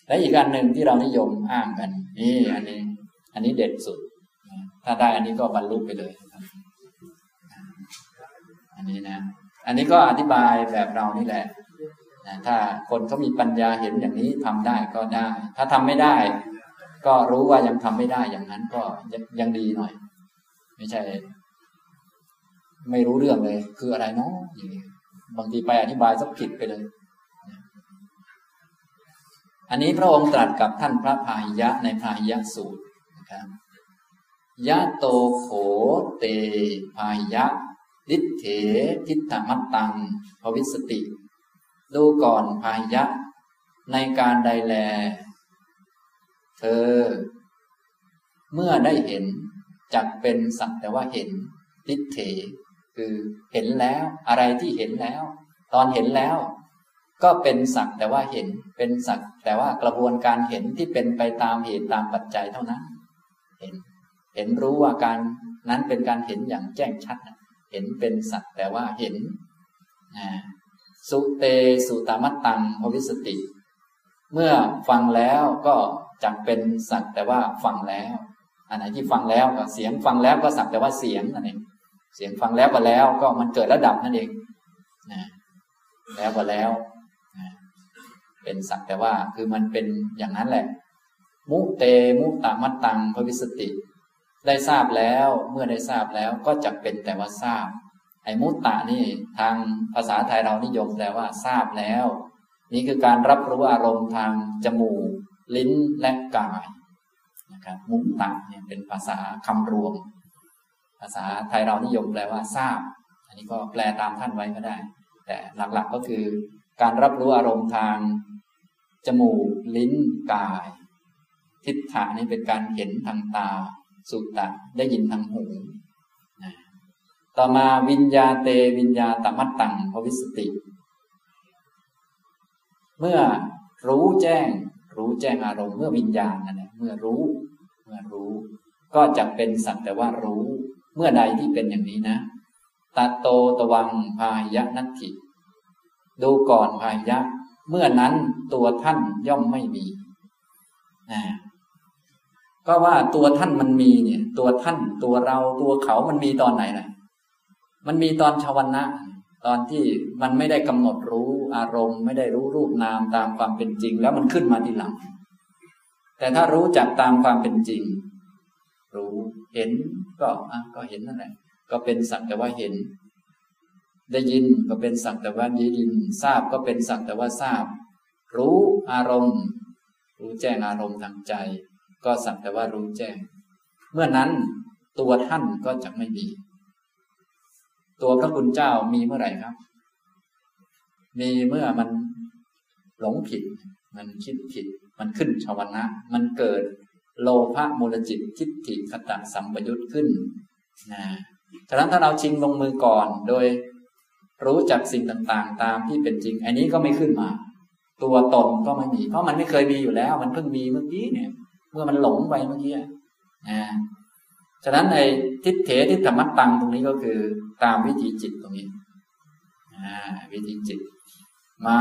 และอีกอันหนึ่งที่เรานิยมอ้างกันนี่อันนี้เด็ดสุดถ้าได้อันนี้ก็บรรลุไปเลยครับอันนี้นะอันนี้ก็อธิบายแบบเรานี่แหละถ้าคนเขามีปัญญาเห็นอย่างนี้ทำได้ก็ได้ ถ้าทำไม่ได้ก็รู้ว่ายังทำไม่ได้อย่างนั้นก็ยังดีหน่อยไม่ใช่ไม่รู้เรื่องเลยคืออะไรเนาะอย่างนี้บางทีไปอธิบายสักผิดไปเลยอันนี้พระองค์ตรัสกับท่านพระพาหิยะในพาหิยะสูตรนะครับยะโตโขเตพาหิยะดิเถทิฏฐมัตตังภวิสติดูก่อนพาหิยะในการใดแลเธอเมื่อได้เห็นจักเป็นสักแต่ว่าเห็นดิเถคือเห็นแล้วอะไรที่เห็นแล้วตอนเห็นแล้วก็เป็นสักแต่ว่าเห็นเป็นสักแต่ว่ากระบวนการเห็นที่เป็นไปตามเหตุตามปัจจัยเท่านั้นเห็นรู้ว่าการนั้นเป็นการเห็นอย่างแจ้งชัดเห็นเป็นสักแต่ว่าเห็นสุเตสุตมัตตังภวิสติเมื่อฟังแล้วก็จักเป็นสักแต่ว่าฟังแล้วอันไหนที่ฟังแล้วก็เสียงฟังแล้วก็สักแต่ว่าเสียงนั่นเองเสียงฟังแล้วก็แล้วก็มันเกิดระดับนั่นเองแล้วก็แล้วเป็นสักแต่ว่าคือมันเป็นอย่างนั้นแหละมุเตมุตตมัตตังภวิสติได้ทราบแล้วเมื่อได้ทราบแล้วก็จักเป็นแต่ว่าทราบไอ้มุตตะนี่ทางภาษาไทยเรานิยมแปลว่าทราบแล้วนี่คือการรับรู้อารมณ์ทางจมูกลิ้นและกายนะครับมุตตะเนี่ยเป็นภาษาคำรวมภาษาไทยเรานิยมแปลว่าทราบอันนี้ก็แปลตามท่านไว้ก็ได้แต่หลักๆก็คือการรับรู้อารมณ์ทางจมูกลิ้นกายทิฏฐะนี่เป็นการเห็นทางตาสุตตะได้ยินทางหูต่อมาวิญญาเตวิญญาตมัตตังภวิสติเมื่อรู้แจ้งอารมณ์เมื่อวิญญาณนั่นแหละเมื่อรู้ก็จะเป็นสักแต่ว่ารู้เมื่อใดที่เป็นอย่างนี้นะตะโตตวังพาหิยะนัตถิดูก่อนพาหิยะเมื่อนั้นตัวท่านย่อมไม่มีก็ว่าตัวท่านมันมีเนี่ยตัวท่านตัวเราตัวเขามันมีตอนไหนล่ะมันมีตอนชวนะตอนที่มันไม่ได้กำหนดรู้อารมณ์ไม่ได้รู้รูปนามตามความเป็นจริงแล้วมันขึ้นมาทีหลังแต่ถ้ารู้จักตามความเป็นจริงรู้เห็นก็เห็นนั่นแหละก็เป็นสักแต่ว่าเห็นได้ยินก็เป็นสักแต่ว่าได้ยินทราบก็เป็นสักแต่ว่าทราบรู้อารมณ์รู้แจ้งอารมณ์ทางใจก็สักแต่ว่ารู้แจ้งเมื่อนั้นตัวท่านก็จะไม่มีตัวพระคุณเจ้ามีเมื่อไหร่ครับมีเมื่อมันหลงผิดมันคิดผิดมันขึ้นชวนะมันเกิดโลภะมูลจิตทิฏฐิคตะสัมปยุตขึ้นฉะนั้นถ้าเราชิงลงมือก่อนโดยรู้จักสิ่งต่างๆตามที่เป็นจริงอันนี้ก็ไม่ขึ้นมาตัวตนก็ไม่มีเพราะมันไม่เคยมีอยู่แล้วมันเพิ่งมีเมื่อกี้เนี่ยเมื่อมันหลงไปเมื่อกี้ฉะนั้นไอ้ทิฏเถทิฏฐมัตตังตรงนี้ก็คือตามวิถีจิตตรงนี้วิถีจิตมา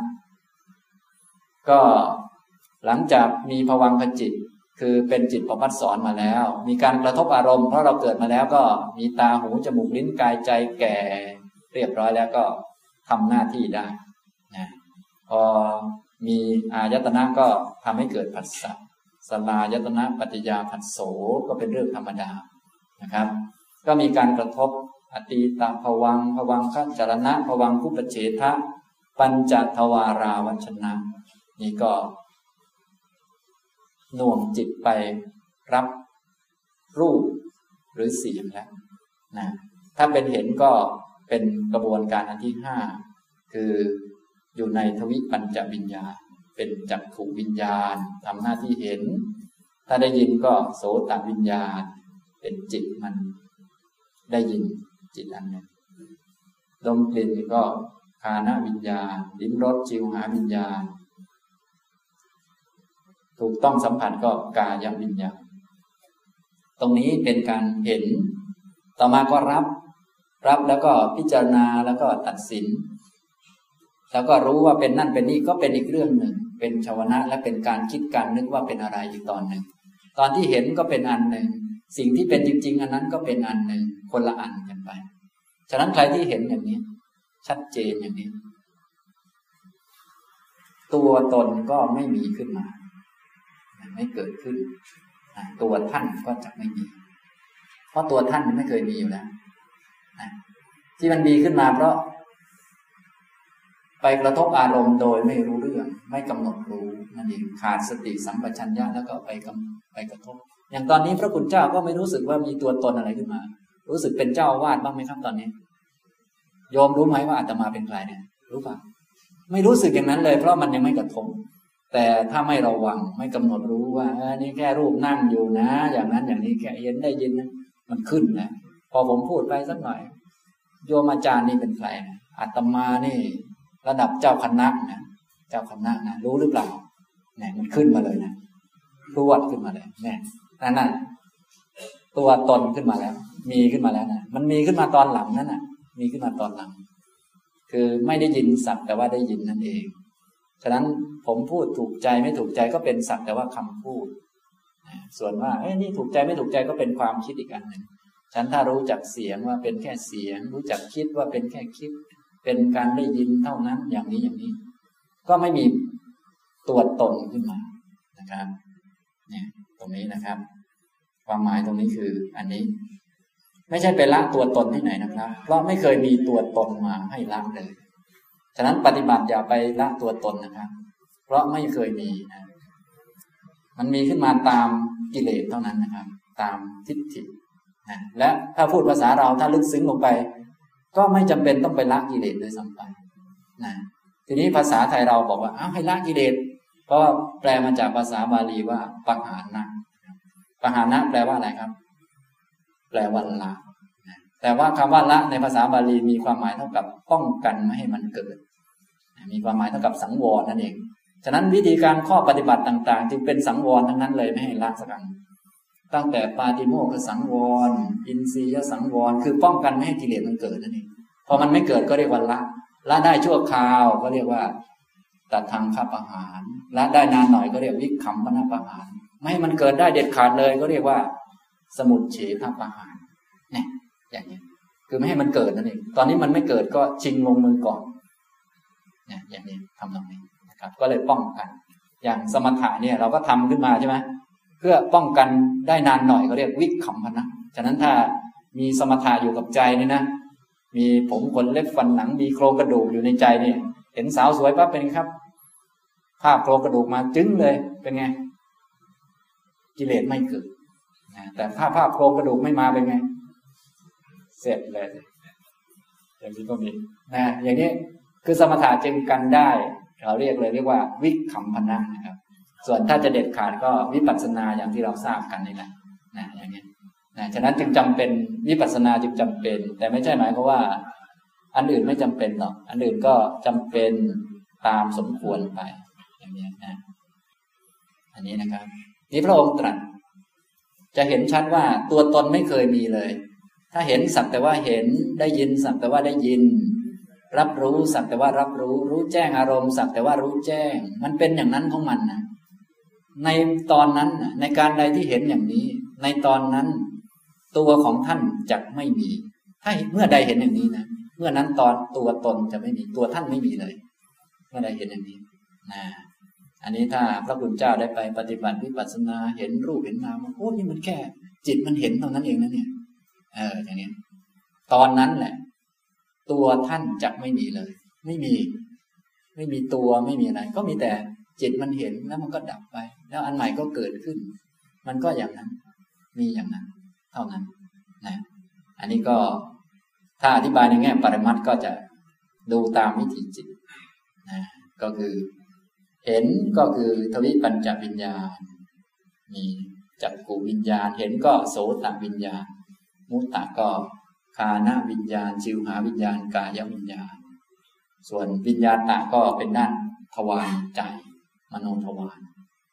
ก็หลังจากมีภวังคจิตคือเป็นจิตประภัสสรมาแล้วมีการกระทบอารมณ์เพราะเราเกิดมาแล้วก็มีตาหูจมูกลิ้นกายใจแก่เรียบร้อยแล้วก็ทำหน้าที่ได้พอมีอายตนะก็ทำให้เกิดผัสสะสลายตนะปัจจยาผัสโสก็เป็นเรื่องธรรมดานะครับก็มีการกระทบอตีตภวังค์ภวังคจรณะภวังคุปเฉทะปัญจทวาราวัชนะนี่ก็หน่วงจิตไปรับรูปหรือเสียงแล้วนะถ้าเป็นเห็นก็เป็นกระบวนการอันที่5คืออยู่ในทวิปัญจวิญญาณเป็นจักขุวิญญาณทำหน้าที่เห็นถ้าได้ยินก็โสตวิญญาณเป็นจิตมันได้ยินจิตอันนึงดมกลิ่นก็ฆานวิญญาณลิ้มรสชิวหาวิญญาณถูกต้องสัมผัสก็กายวิญญาณตรงนี้เป็นการเห็นต่อมาก็รับแล้วก็พิจารณาแล้วก็ตัดสินแล้วก็รู้ว่าเป็นนั่นเป็นนี่ก็เป็นอีกเรื่องหนึ่งเป็นชวนะและเป็นการคิดการนึกว่าเป็นอะไรอีกตอนหนึ่งตอนที่เห็นก็เป็นอันหนึ่งสิ่งที่เป็นจริงๆอันนั้นก็เป็นอันหนึ่งคนละอันกันไปฉะนั้นใครที่เห็นอย่างนี้ชัดเจนอย่างนี้ตัวตนก็ไม่มีขึ้นมาไม่เกิดขึ้นตัวท่านก็จะไม่มีเพราะตัวท่านไม่เคยมีอยู่แล้วที่มันมีขึ้นมาเพราะไปกระทบอารมณ์โดยไม่รู้เรื่องไม่กำหนดรู้นั่นเองขาดสติสัมปชัญญะแล้วก็ไปกระทบอย่างตอนนี้พระคุณเจ้าก็ไม่รู้สึกว่ามีตัวตนอะไรขึ้นมารู้สึกเป็นเจ้าอาวาสบ้างไหมครับตอนนี้โยมรู้ไหมว่าอาตมาเป็นใครเนี่ยรู้ป่ะไม่รู้สึกอย่างนั้นเลยเพราะมันยังไม่กระทบแต่ถ้าไม่ระวังไม่กำหนดรู้ว่านี่แค่รูปนั่งอยู่นะอย่างนั้นอย่างนี้แค่เห็นได้ยินนะมันขึ้นนะพอผมพูดไปสักหน่อยโยมอาจารย์นี่เป็นใครนะอาตมานี่ระดับเจ้าคณะนะเจ้าคณะนะรู้หรือเปล่าเนี่ยมันขึ้นมาเลยนะรวดขึ้นมาเลยเนี่ยนั่นตัวตนขึ้นมาแล้วมีขึ้นมาแล้วนะมันมีขึ้นมาตอนหลังนั่นน่ะมีขึ้นมาตอนหลังคือไม่ได้ยินสักแต่ว่าได้ยินนั่นเองฉะนั้นผมพูดถูกใจไม่ถูกใจก็เป็นสักแต่ว่าคำพูดส่วนว่านี่ถูกใจไม่ถูกใจก็เป็นความคิดอีกอันหนึ่งฉันถ้ารู้จักเสียงว่าเป็นแค่เสียงรู้จักคิดว่าเป็นแค่คิดเป็นการได้ยินเท่านั้นอย่างนี้ก็ไม่มีตัวตนขึ้นมานะครับเนี่ยตรงนี้นะครับความหมายตรงนี้คืออันนี้ไม่ใช่ไปละตัวตนที่ไหนนะครับเพราะไม่เคยมีตัวตนมาให้ละเลยฉะนั้นปฏิบัติอย่าไปละตัวตนนะครับเพราะไม่เคยมีนะมันมีขึ้นมาตามกิเลสเท่านั้นนะครับตามทิฏฐินะและถ้าพูดภาษาเราถ้าลึกซึ้งลงไปก็ไม่จำเป็นต้องไปละกิเลสด้วยซ้ำไปนะทีนี้ภาษาไทยเราบอกว่าให้ละกิเลสเพราะแปลมาจากภาษาบาลีว่าปหานะปหานะแปลว่าอะไรครับแปลว่าละแต่ว่าคำว่าละในภาษาบาลีมีความหมายเท่ากับป้องกันไม่ให้มันเกิดมีความหมายเท่ากับสังวรนั่นเองฉะนั้นวิธีการข้อปฏิบัติต่างๆจึงเป็นสังวรทั้งนั้นเลยไม่ให้ละสักอันตั้งแต่ปาติโมกขสังวรอินทรียสังวรคือป้องกันไม่ให้กิเลสมันเกิดนั่นเองพอมันไม่เกิดก็เรียกว่าละได้ชั่วคราวก็เรียกว่าตัดทางคับอาหารละได้นานหน่อยก็เรียกวิคัมปนประหารไม่ให้มันเกิดได้เด็ดขาดเลยก็เรียกว่าสมุจเฉทประหารเนี่ยอย่างนี้คือไม่ให้มันเกิดนั่นเองตอนนี้มันไม่เกิดก็ชิงลงมือก่อนเนี่ยอย่างนี้ทำตรงนี้นะครับก็เลยป้องกันอย่างสมถะเนี่ยเราก็ทำขึ้นมาใช่ไหมเพื่อป้องกันได้นานหน่อยก็เรียกวิคัมปนะฉะนั้นถ้ามีสมถะอยู่กับใจนี่นะมีผมขนเล็บฟันหนังมีโครงกระดูกอยู่ในใจนี่เห็นสาวสวยปั๊บเป็นไงครับภาพโครงกระดูกมาจึ้งเลยเป็นไงกิเลสไม่เกิดแต่ภาพโครงกระดูกไม่มาเป็นไงเสร็จเลยอย่างนี้ก็มีอย่างนี้คือสมถะจึงกันได้เราเรียกว่าวิคัมปนะนะครับส่วนถ้าจะเด็ดขาดก็วิปัสสนาอย่างที่เราทราบกันนี่แหละอย่างนี้ฉะนั้นจึงจำเป็นวิปัสสนาจึงจำเป็นแต่ไม่ใช่หมายความว่าอันอื่นไม่จำเป็นหรอกอันอื่นก็จำเป็นตามสมควรไปอย่างนี้นะอันนี้นะครับนี่พระองค์ตรัสจะเห็นชัดว่าตัวตนไม่เคยมีเลยถ้าเห็นสักแต่ว่าเห็นได้ยินสักแต่ว่าได้ยินรับรู้สักแต่ว่ารับรู้รู้แจ้งอารมณ์สักแต่ว่ารู้แจ้งมันเป็นอย่างนั้นของมันนะในตอนนั้นในการใดที่เห็นอย่างนี้ในตอนนั้นตัวของท่านจะไม่มีถ้าเมื่อใดเห็นอย่างนี้นะเมื่อนั้นตอนตัวตนจะไม่มีตัวท่านไม่มีเลยเมื่อใดเห็นอย่างนี้อันนี้ถ้าพระคุณเจ้าได้ไปปฏิบัติวิปัสสนาเห็นรูปเห็นนามนี่มันแค่จิตมันเห็นเท่านั้นเองนะเนี่ยอย่างนี้ตอนนั้นแหละตัวท่านจะไม่มีเลยไม่มีตัวไม่มีอะไรก็มีแต่จิตมันเห็นแล้วมันก็ดับไปแล้วอันใหม่ก็เกิดขึ้นมันก็อย่างนั้นมีอย่างนั้นเท่านั้นนะอันนี้ก็ถ้าอธิบายในแง่ปรมัตถ์ก็จะดูตามวิถีจิตนะก็คือเห็นก็คือทวิปัญจวิญญาณมีจักขุวิญญาณเห็นก็โสตวิญญาณมุตตะก็คานวิญญาณชิวหาวิญญาณกายวิญญาณส่วนวิญญาตะก็เป็นด้านทวารใจมโนทวาร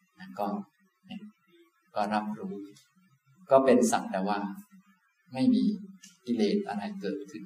ก็รับรู้ก็เป็นสักแต่ว่าไม่มีกิเลสอะไรเกิดขึ้น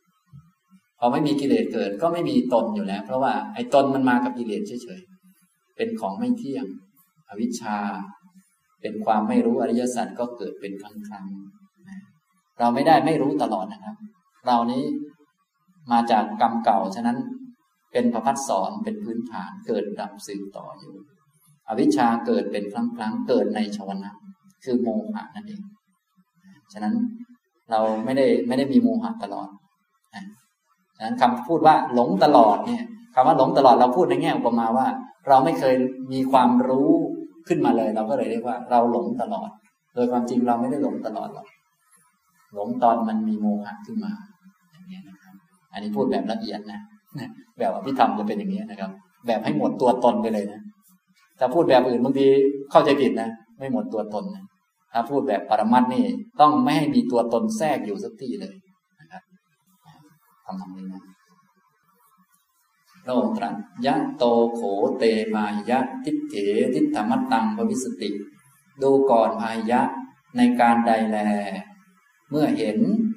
พอไม่มีกิเลสเกิดก็ไม่มีตนอยู่แล้วเพราะว่าไอ้ตนมันมากับกิเลสเฉยๆเป็นของไม่เที่ยงอวิชชาเป็นความไม่รู้อริยสัจก็เกิดเป็นครั้งๆเราไม่ได้ไม่รู้ตลอดนะครับเรานี้มาจากกรรมเก่าฉะนั้นเป็นประภัสสรเป็นพื้นฐานเกิดดับสืบต่ออยู่อวิชชาเกิดเป็นครั้งๆเกิดในชวนะคือโมหะนั่นเองฉะนั้นเราไม่ได้มีโมหะตลอดฉะนั้นคำพูดว่าหลงตลอดเนี่ยคำว่าหลงตลอดเราพูดในแง่อุปมาว่าเราไม่เคยมีความรู้ขึ้นมาเลยเราก็เลยเรียกว่าเราหลงตลอดโดยความจริงเราไม่ได้หลงตลอดหรอกหลงตอนมันมีโมหะขึ้นมาอย่างนี้นะครับอันนี้พูดแบบละเอียดนะแบบอภิธรรมจะเป็นอย่างนี้นะครับแบบให้หมดตัวตนไปเลยนะถ้าพูดแบบอื่นบางทีเข้าใจผิดนะไม่หมดตัวตนนะถ้าพูดแบบปรมัตถ์นี่ต้องไม่ให้มีตัวตนแทรกอยู่สักที่เลยนะครับทำตรงนี้นะพระองค์ตรัสยะโตโขเตพาหิยะทิฏเถทิฏฐมัตตังภวิสติดูก่อนพาหิยะในการใดแลเมื่อเห็น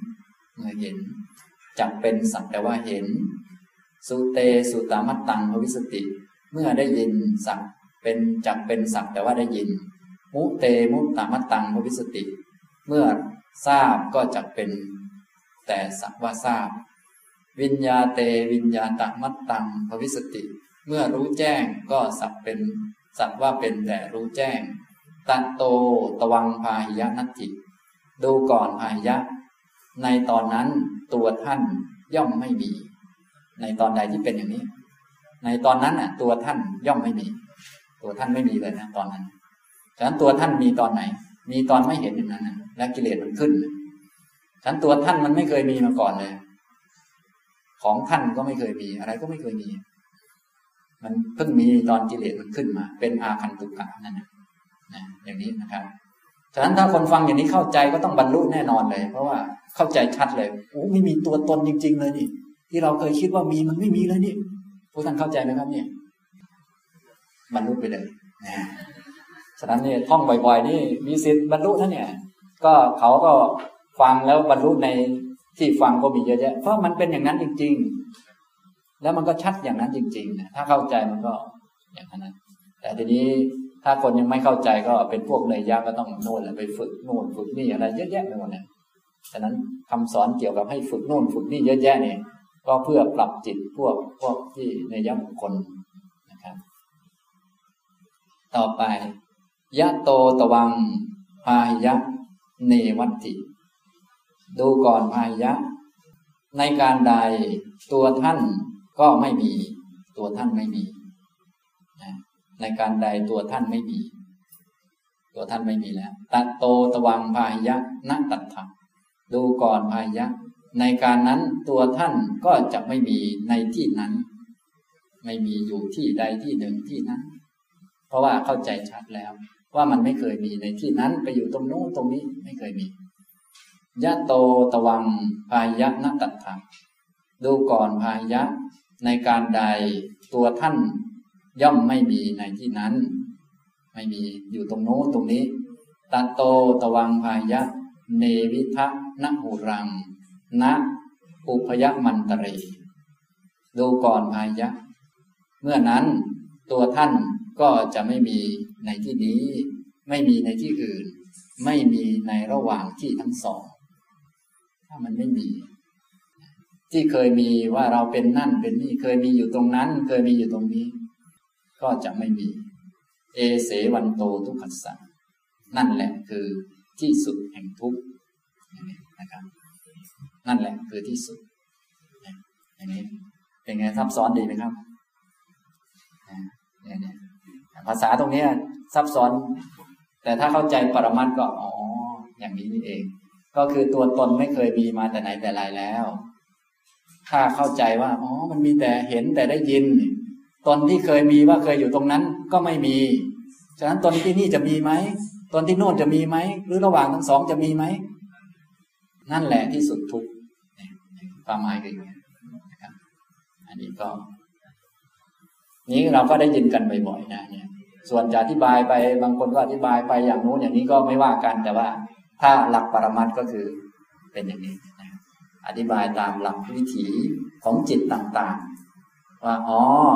จักเป็นสักแต่ว่าเห็นสุเตสุตามัตตังภวิสติเมื่อได้ยินสักเป็นจักเป็นสักแต่ว่าได้ยินมุเตมุตตามัตตังภวิสติเมื่อทราบก็จักเป็นแต่สักว่าทราบวิญญาเตวิญญาตมัตตังภวิสติเมื่อรู้แจ้งก็สักเป็นสักว่าเป็นแต่รู้แจ้งตัตโตตวังพาหิยะนัตถิดูก่อนพาหิยะในตอนนั้นตัวท่านย่อมไม่มีในตอนใดที่เป็นอย่างนี้ในตอนนั้นตัวท่านย่อมไม่มีตัวท่านไม่มีเลยนะตอนนั้นฉะนั้นตัวท่านมีตอนไหนมีตอนไม่เห็นอย่างนั้นและกิเลสมันขึ้นฉะนั้นตัวท่านมันไม่เคยมีมาก่อนเลยของท่านก็ไม่เคยมีอะไรก็ไม่เคยมีมันเพิ่งมีตอนกิเลสมันขึ้นมาเป็นอาคันตุกะนั่นนะอย่างนี้นะครับฉะนั้นถ้าคนฟังอย่างนี้เข้าใจก็ต้องบรรลุแน่นอนเลยเพราะว่าเข้าใจชัดเลยโอ้ไม่มีตัวตนจริงๆเลยนี่ที่เราเคยคิดว่ามีมันไม่มีเลยนี่พวกท่านเข้าใจไหมครับเนี่ยบรรลุไปเลยฉะนั้นเนี่ยท่องบ่อยๆนี่มีสิทธิ์บรรลุท่านเนี่ยก็เขาก็ฟังแล้วบรรลุในที่ฟังก็มีเยอะแยะเพราะมันเป็นอย่างนั้นจริงๆแล้วมันก็ชัดอย่างนั้นจริงๆนะถ้าเข้าใจมันก็อย่างนั้นแต่ทีนี้ถ้าคนยังไม่เข้าใจก็เป็นพวกเนยยะก็ต้องโน่นแหละไปฝึกโน่นฝึกนี่อะไรเยอะแยะไปหมดเนี่ยฉะนั้นคำสอนเกี่ยวกับให้ฝึกโน่นฝึกนี่เยอะแยะเนี่ยก็เพื่อปรับจิตพวกที่เนยยะบุคคลนะครับต่อไปยะโตตวังพาหิยะเนวัตติดูก่อนพาหิยะในการใดตัวท่านก็ไม่มีตัวท่านไม่มีในการใดตัวท่านไม่มีตัวท่านไม่มีแล้วตัตโตตวังพาหิยะณตัตถะดูก่อนพาหิยะในการนั้นตัวท่านก็จะไม่มีในที่นั้นไม่มีอยู่ที่ใดที่หนึ่งที่นั้นเพราะว่าเข้าใจชัดแล้วว่ามันไม่เคยมีในที่นั้นไปอยู่ตรงโน้นตรงนี้ไม่เคยมียะโตตวังพาหิยะณตัตถะดูก่อนพาหิยะในการใดตัวท่านย่อมไม่มีในที่นั้นไม่มีอยู่ตรงโน้นตรงนี้ตัตโตตวังพาหิยะเนวิทะนะหุรังนะอุพยมันตเรดูก่อนพาหิยะเมื่อนั้นตัวท่านก็จะไม่มีในที่นี้ไม่มีในที่อื่นไม่มีในระหว่างที่ทั้งสองถ้ามันไม่มีที่เคยมีว่าเราเป็นนั่นเป็นนี่เคยมีอยู่ตรงนั้นเคยมีอยู่ตรงนี้ก็จะไม่มีเอเสวันโตทุกขัสสะนั่นแหละคือที่สุดแห่งทุกข์นะครับนั่นแหละคือที่สุดอย่างนี้เป็นไงซับซ้อนดีไหมครับเนี่ยภาษาตรงนี้ซับซ้อนแต่ถ้าเข้าใจปรมัตถ์ก็อ๋ออย่างนี้นี่เองก็คือตัวตนไม่เคยมีมาแต่ไหนแต่ไรแล้วถ้าเข้าใจว่าอ๋อมันมีแต่เห็นแต่ได้ยินตนที่เคยมีว่าเคยอยู่ตรงนั้นก็ไม่มีฉะนั้นตนที่นี่จะมีไหมตนที่โน่นจะมีไหมหรือระหว่างทั้งสองจะมีไหมนั่นแหละที่สุดทุกข์ความหมายคืออย่างนี้นะครับอันนี้ก็นี้เราก็ได้ยินกันบ่อยๆนะเนี่ยส่วนจะอธิบายไปบางคนก็อธิบายไปอย่างโน้นอย่างนี้ก็ไม่ว่ากันแต่ว่าถ้าหลักปรมัตถ์ก็คือเป็นอย่างนี้นะอธิบายตามหลักวิถีของจิตต่างๆว่าอ๋อ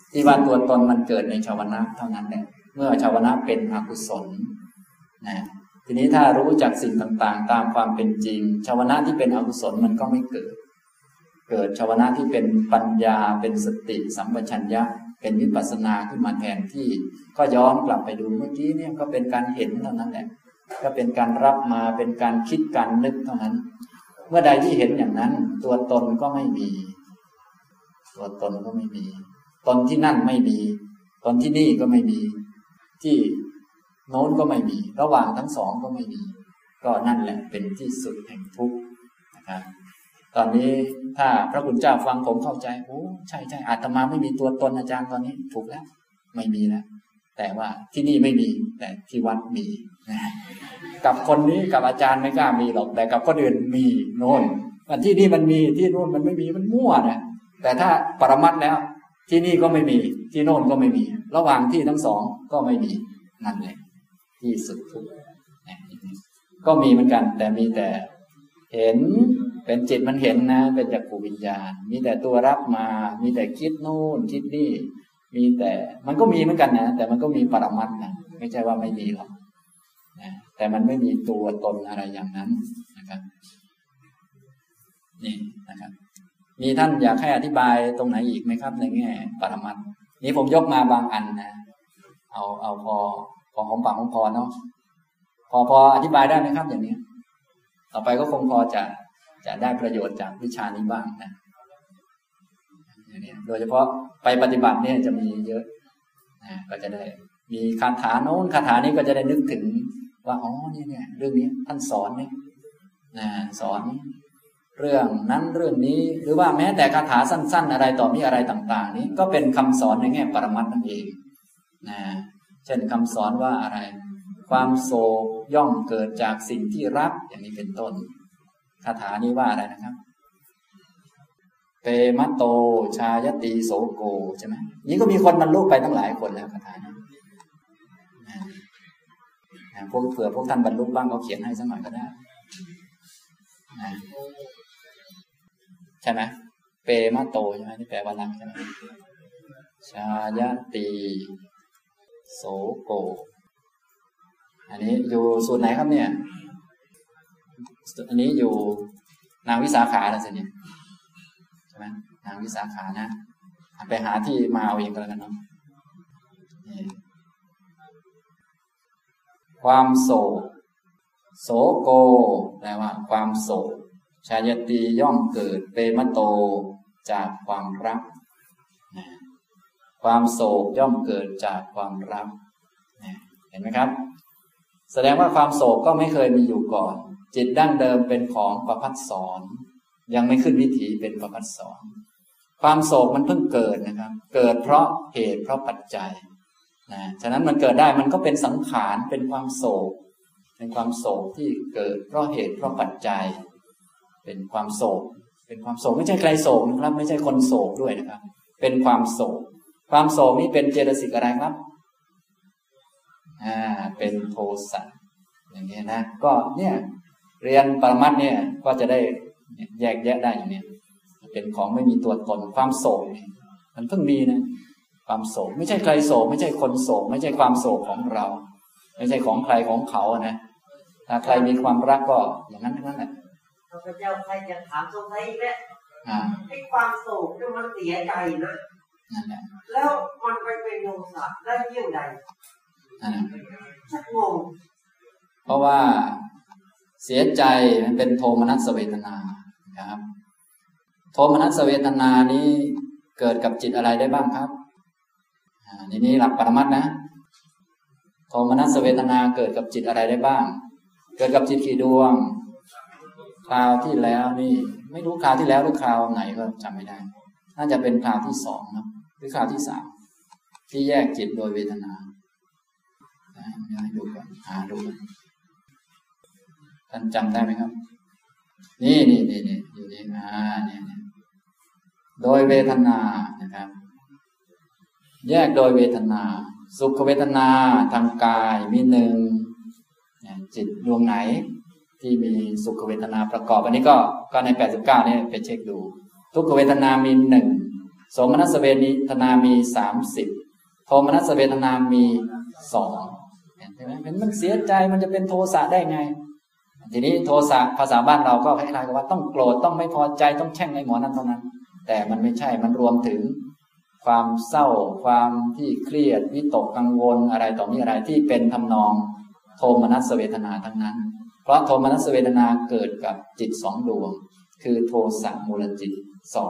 ที่ว่าตัวตนมันเกิดในชาวนะเท่านั้นแหละเมื่อชาวนะเป็นอกุศลนะทีนี้ถ้ารู้จักสิ่งต่างๆตามความเป็นจริงชาวนะที่เป็นอกุศลมันก็ไม่เกิดชาวนะที่เป็นปัญญาเป็นสติสัมปชัญญะเป็นวิปัสสนาขึ้นมาแทนที่ก็ย้อนกลับไปดูเมื่อกี้เนี่ยก็เป็นการเห็นเท่านั้นแหละก็เป็นการรับมาเป็นการคิดการนึกเท่านั้นเมื่อใดที่เห็นอย่างนั้นตัวตนก็ไม่มีตัวตนก็ไม่มีตนที่นั่นไม่มีตนที่นี่ก็ไม่มีที่โน้นก็ไม่มีระหว่างทั้งสองก็ไม่มีก็นั่นแหละเป็นที่สุดแห่งทุกข์นะครับตอนนี้ถ้าพระคุณเจ้าฟังผมเข้าใจโอ้ใช่อาตมาไม่มีตัวตนอาจารย์ตอนนี้ถูกแล้วไม่มีแล้วแต่ว่าที่นี่ไม่มีแต่ที่วัดมีนะกับคนนี้กับอาจารย์ไม่กล้ามีหรอกแต่กับคนอื่นมีโน่นวันที่นี่มันมีที่โน่นมันไม่มีมันมั่วนะแต่ถ้าปรมัตถ์แล้วที่นี่ก็ไม่มีที่โน่นก็ไม่มีระหว่างที่ทั้งสองก็ไม่มีนั่นแหละที่สุดทุกข์ก็มีเหมือนกันแต่มีแต่เห็นเป็นจิตมันเห็นนะเป็นจักขุวิญญาณมีแต่ตัวรับมามีแต่คิดโน่นคิดนี่มีแต่มันก็มีเหมือนกันนะแต่มันก็มีปรมัตถ์นะไม่ใช่ว่าไม่มีหรอกนะแต่มันไม่มีตัวตนอะไรอย่างนั้นนะครับนี่นะครับมีท่านอยากให้อธิบายตรงไหนอีกไหมครับในแง่ปรมัตถ์นี้ผมยกมาบางอันนะเอาพอหอมปากหอมคอเนาะพออธิบายได้ไหมครับอย่างนี้ต่อไปก็คงพอจะได้ประโยชน์จากวิชานี้บ้างนะโดยเฉพาะไปปฏิบัติเนี่ยจะมีเยอะนะก็จะได้มีคาถาโน้นคาถานี้ก็จะได้นึกถึงว่าอ๋อเนี่ยเรื่องนี้ท่านสอนเนี่ยนะสอนเรื่องนั้นเรื่องนี้หรือว่าแม้แต่คาถาสั้นๆอะไรต่อมีอะไรต่างๆนี้ก็เป็นคำสอนในแง่ปรมัตถ์นั่นเองนะเช่นคำสอนว่าอะไรความโศกย่อมเกิดจากสิ่งที่รักอย่างนี้เป็นต้นคาถานี้ว่าอะไรนะครับเปมะโตชายติโสโกใช่ไหมนี้ก็มีคนบรรลุไปตั้งหลายคนแล้วคาถานี้พวกเผื่อพวกท่านบรรลุบ้างเขาเขียนให้สักหน่อยก็ได้ใช่ไหมเปมะโตใช่ไหมที่แปลว่ารักใช่ไหมชายติโสโกอันนี้อยู่สูตรไหนครับเนี่ยอันนี้อยู่นางวิสาขาแล้วสิเนี่ยใช่ไหมนางวิสาขานะไปหาที่มาเอาเองก็แล้วกันเนาะความโศกโสโกแปลว่าความโศกชายติย่อมเกิดเปมะโตจากความรักความโศกย่อมเกิดจากความรักเห็นไหมครับแสดงว่าความโศกก็ไม่เคยมีอยู่ก่อนจิตดั้งเดิมเป็นของประภัสสรยังไม่ขึ้นวิถีเป็นประภัสสรความโศกมันเพิ่งเกิดนะครับเกิดเพราะเหตุเพราะปัจจัยนะฉะนั้นมันเกิดได้มันก็เป็นสังขารเป็นความโศกเป็นความโศกที่เกิดเพราะเหตุเพราะปัจจัยเป็นความโศกไม่ใช่ใครโศกนะครับไม่ใช่คนโศกด้วยนะครับเป็นความโศกความโศกนี้เป็นเจตสิกอะไรครับเป็นโทสะอย่างนี้นะก็เนี่ยเรียนปรมัตถ์เนี่ยก็จะได้แยกแยะได้อย่างนี้เป็นของไม่มีตัวตนความโศกนี่มันเพิ่งมีนะความโศกไม่ใช่ใครโศกไม่ใช่คนโศกไม่ใช่ความโศกของเราไม่ใช่ของใครของเขานะถ้าใครมีความรักก็อย่างนั้นทั้งนั้นแหละข้าพเจ้าใครจะถามตรงนี้แหละให้ความโศกเนี่ยมันเสียใจนะแล้วมันไปเป็นโทสะได้เยี่ยงใดชักงงเพราะว่าเสียใจมันเป็นโทมนัสเวทนาครับโทมนัสเวทนานี้เกิดกับจิตอะไรได้บ้างครับนี่หลักปรมัตถ์นะโทมนัสเวทนาเกิดกับจิตอะไรได้บ้างเกิดกับจิตกี่ดวงคราวที่แล้วนี่ไม่รู้คราวที่แล้วหรือคราวไหนก็จำไม่ได้น่าจะเป็นคราวที่2นะหรือคราวที่3ที่แยกจิตโดยเวทนาให้ดูก่อนดูท่านจำได้ไหมครับนี่อยู่นี่นี่โดยเวทนานะครับแยกโดยเวทนาสุขเวทนาทางกายมี1จิตดวงไหนที่มีสุขเวทนาประกอบอันนี้ก็ใน89เนี่ยไปเช็คดูทุกขเวทนามี1 โสมนัสเวทนามี30โทมนัสเวทนามี2เห็นไหมมันเสียใจมันจะเป็นโทสะได้ไงทีนี้โทสะภาษาบ้านเราก็คล้ายๆกับว่าต้องโกรธต้องไม่พอใจต้องแช่งไอ้หมอนั้นเท่านั้นแต่มันไม่ใช่มันรวมถึงความเศร้าความที่เครียดวิตกกังวลอะไรต่อมีอะไรที่เป็นทำนองโทมนัสเวทนาทั้งนั้นเพราะโทมนัสเวทนาเกิดกับจิต2ดวงคือโทสะมูลจิต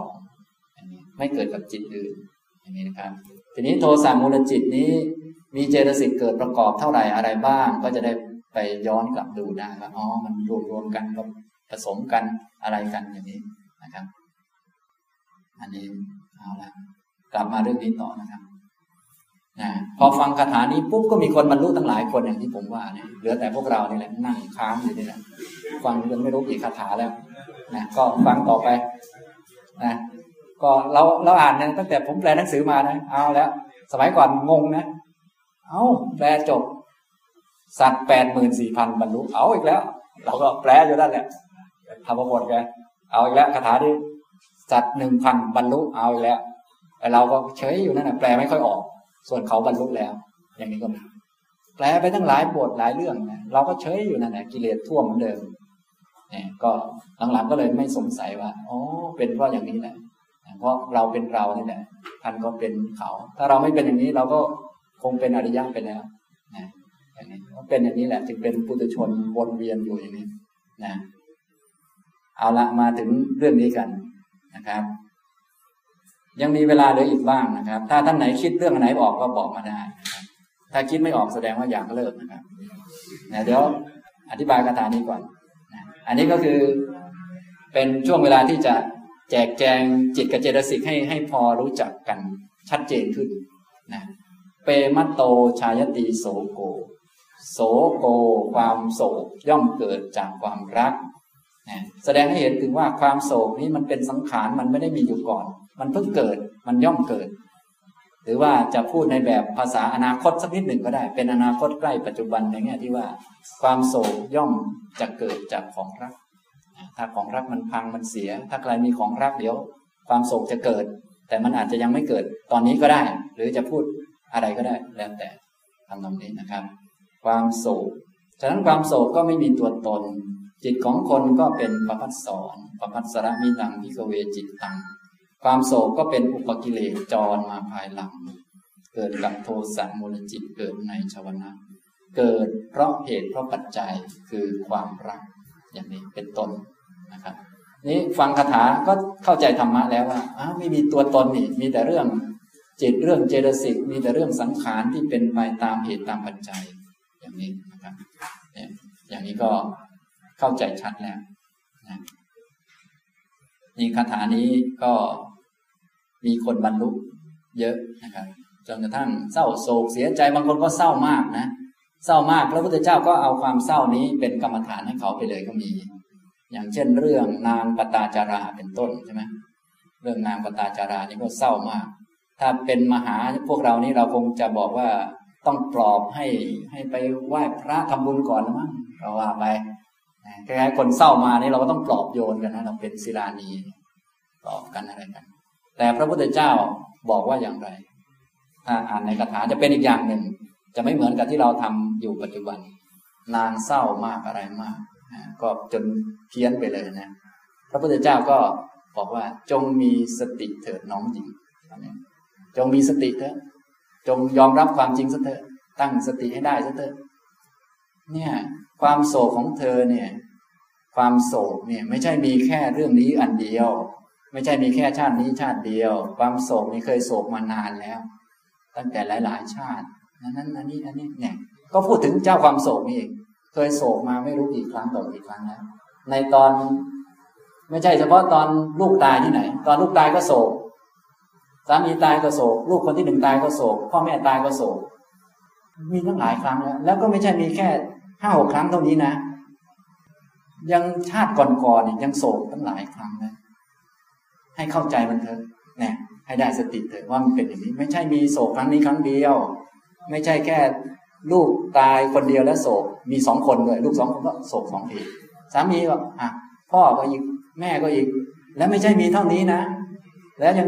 2อันนี้ไม่เกิดกับจิตอื่นอย่างนี้นะครับทีนี้โทสะมูลจิตนี้มีเจตสิกเกิดประกอบเท่าไหร่อะไรบ้างก็จะได้ไปย้อนกลับดูได้ว่าอ๋อมันรวมกันก็ผสมกันอะไรกันอย่างนี้นะครับอันนี้เอาละกลับมาเรื่องนี้ต่อนะครับพอฟังคาถานี้ปุ๊บก็มีคนบรรลุตั้งหลายคนอย่างที่ผมว่าเนี่ยเหลือแต่พวกเรานี่แหละนั่งค้างอยู่นี่แหละฟังจนไม่รู้กี่คาถาแล้วนะก็ฟังต่อไปนะก็เราอ่านเนี่ยตั้งแต่ผมแปลหนังสือมานะเอาแล้วสมัยก่อนงงนะแปลจบสัตว์ 84,000 บรรลุเอาอีกแล้วเราก็แปลอยู่นั่นแหละทำมาหมดแกเอาอีกแล้วคาถาที่สัตว์ 1,000 บรรลุเอาอีกแล้วแต่เราก็เฉยอยู่นั่นนะแปลไม่ค่อยออกส่วนเขาบรรลุแล้วอย่างนี้ก็มีแปลไปตั้งหลายบทหลายเรื่องนะเราก็เฉยอยู่นั่นแหละกิเลสท่วมเหมือนเดิมเนี่ยก็หลังๆก็เลยไม่สงสัยว่าอ๋อเป็นเพราะอย่างนี้แหละเพราะเราเป็นเรานี่แหละท่านก็เป็นเขาถ้าเราไม่เป็นอย่างนี้เราก็คงเป็นอริยะไปแล้วนะอย่างนี้เป็นอย่างนี้แหละจึงเป็นปุถุชนวนเวียนอยู่อย่างนี้นะเอาละมาถึงเรื่องนี้กันนะครับยังมีเวลาเหลืออีกบ้างนะครับถ้าท่านไหนคิดเรื่องไหนออกก็บอกมาได้นะครับถ้าคิดไม่ออกแสดงว่าอยากเลิกนะครับเดี๋ยวอธิบายคาถานี้ก่อนนะอันนี้ก็คือเป็นช่วงเวลาที่จะแจกแจงจิตกับเจตสิกให้พอรู้จักกันชัดเจนขึ้นนะเปมัตโตชายติโสโกโสโกความโศกย่อมเกิดจากความรักนะแสดงให้เห็นถึงว่าความโศกนี้มันเป็นสังขารมันไม่ได้มีอยู่ก่อนมันเพิ่งเกิดมันย่อมเกิดหรือว่าจะพูดในแบบภาษาอนาคตสักนิดหนึ่งก็ได้เป็นอนาคตใกล้ปัจจุบันในแง่ที่ว่าความโศกย่อมจะเกิดจากของรักถ้าของรักมันพังมันเสียถ้าใครมีของรักเดี๋ยวความโศกจะเกิดแต่มันอาจจะยังไม่เกิดตอนนี้ก็ได้หรือจะพูดอะไรก็ได้แล้วแต่ทำตรงนี้นะครับความโศกฉะนั้นความโศกก็ไม่มีตัวตนจิตของคนก็เป็นปภัสสรปภัสสรมิลังภิกขเวจิตตังความโศกก็เป็นอุปกิเลสจรมาภายหลังเกิดกับโทสะมูลจิตเกิดในชวนะเกิดเพราะเหตุเพราะปัจจัยคือความรักอย่างนี้เป็นต้นนะครับนี้ฟังคาถาก็เข้าใจธรรมะแล้วว่าไม่มีตัวตนนี่มีแต่เรื่องจิตเรื่องเจตสิกมีแต่เรื่องสังขารที่เป็นไปตามเหตุตามปัจจัยอย่างนี้นะครับอย่างนี้ก็เข้าใจชัดแล้วนะนี่คาถานี้ก็มีคนบรรลุเยอะนะครับจนกระทั่งเศร้าโศกเสียใจบางคนก็เศร้ามากนะเศร้ามากพระพุทธเจ้าก็เอาความเศร้านี้เป็นกรรมฐานให้เขาไปเลยก็มีอย่างเช่นเรื่องนางปตาจาราเป็นต้นใช่ไหมเรื่องนางปตาจารานี่ก็เศร้ามากถ้าเป็นมหาพวกเรานี่เราคงจะบอกว่าต้องปลอบให้ไปไหว้พระทำบุญก่อนนะมั้งเราว่าไปคล้ายๆคนเศร้ามานี่เราก็ต้องปลอบโยนกันนะเราเป็นศิลานีปลอบกันอะไรกันแต่พระพุทธเจ้าบอกว่าอย่างไรถ้าอ่านในคาถาจะเป็นอีกอย่างหนึ่งจะไม่เหมือนกับที่เราทำอยู่ปัจจุบันนางเศร้ามากอะไรมากก็จนเพี้ยนไปเลยนะพระพุทธเจ้าก็บอกว่าจงมีสติเถิดน้องหญิงจงมีสติเถอะจงยอมรับความจริงซะเถอะตั้งสติให้ได้ซะเถอะเนี่ยความโศกของเธอเนี่ยความโศกเนี่ยไม่ใช่มีแค่เรื่องนี้อันเดียวไม่ใช่มีแค่ชาตินี้ชาติเดียวความโศกนี่เคยโศกมานานแล้วตั้งแต่หลายๆชาตินั้นอันนี้เนี่ยก็พูดถึงเจ้าความโศกนี่เองเคยโศกมาไม่รู้กี่ครั้งต่อกี่ครั้งแล้วในตอนไม่ใช่เฉพาะตอนลูกตายที่ไหนตอนลูกตายก็โศกสามีตายก็โศกลูกคนที่ 1ตายก็โศกพ่อแม่ตายก็โศกมีทั้งหลายครั้งแล้วก็ไม่ใช่มีแค่ 5-6 ครั้งเท่านี้นะยังชาติก่อนๆยังโศกตั้งหลายครั้งนะให้เข้าใจมันเถอะเนี่ยให้ได้สติเถอะว่ามันเป็นอย่างนี้ไม่ใช่มีโศกครั้งนี้ครั้งเดียวไม่ใช่แค่ลูกตายคนเดียวแล้วโศกมี2 คนด้วยลูก2 คนก็โศก2 ทีสามีก็พ่อก็อีกแม่ก็อีกแล้วไม่ใช่มีเท่านี้นะแล้วยังมี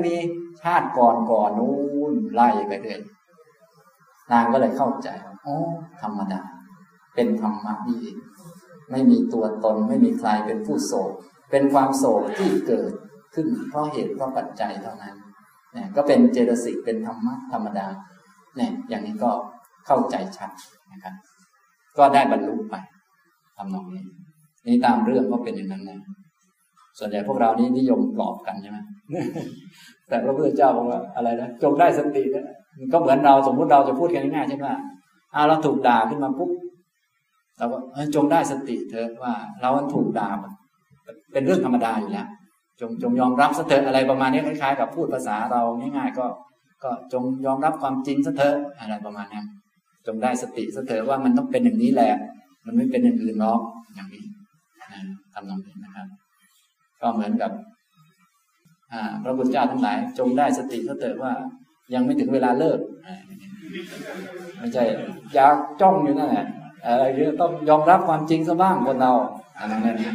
ชาติก่อนนู้นไล่ไปเรื่อยนางก็เลยเข้าใจอ๋อธรรมดาเป็นธรรมะนี่เองไม่มีตัวตนไม่มีใครเป็นผู้โศกเป็นความโศกที่เกิดขึ้นเพราะเหตุเพราะปัจจัยเท่านั้นเนี่ยก็เป็นเจตสิกเป็นธรรมะธรรมดาเนี่ยอย่างนี้ก็เข้าใจชัดนะครับก็ได้บรรลุไปทำนองนี้นี่ตามเรื่องก็เป็นอย่างนั้นนะส่วนใหญ่พวกเรานี่นิยมปลอบกันใช่ไหม แต่พระพุทธเจ้าบอกว่าอะไรนะจงได้สตินะก็เหมือนเราสมมุติเราจะพูดกันง่ายๆใช่ไหมเราถูกด่าขึ้นมาปุ๊บเราก็จงได้สติเถอะว่าเราถูกด่าเป็นเรื่องธรรมดาอยู่แล้วจงยอมรับซะเถอะอะไรประมาณนี้คล้ายๆกับพูดภาษาเราง่ายๆก็จงยอมรับความจริงซะเถอะอะไรประมาณนี้จงได้สติซะเถอะว่ามันต้องเป็นอย่างนี้แหละมันไม่เป็นอย่างอื่นหรอกอย่างนี้ทำนองนี้นะครับก็เหมือนกับพระพุทธเจ้าทั้งหลายจงได้สติซะเถอะว่ายังไม่ถึงเวลาเลิกไม่ใช่อยากจ้องอยู่นั่นแหละอะไรเยอะต้องยอมรับความจริงซะบ้างคนเราอะไรนั่นนี่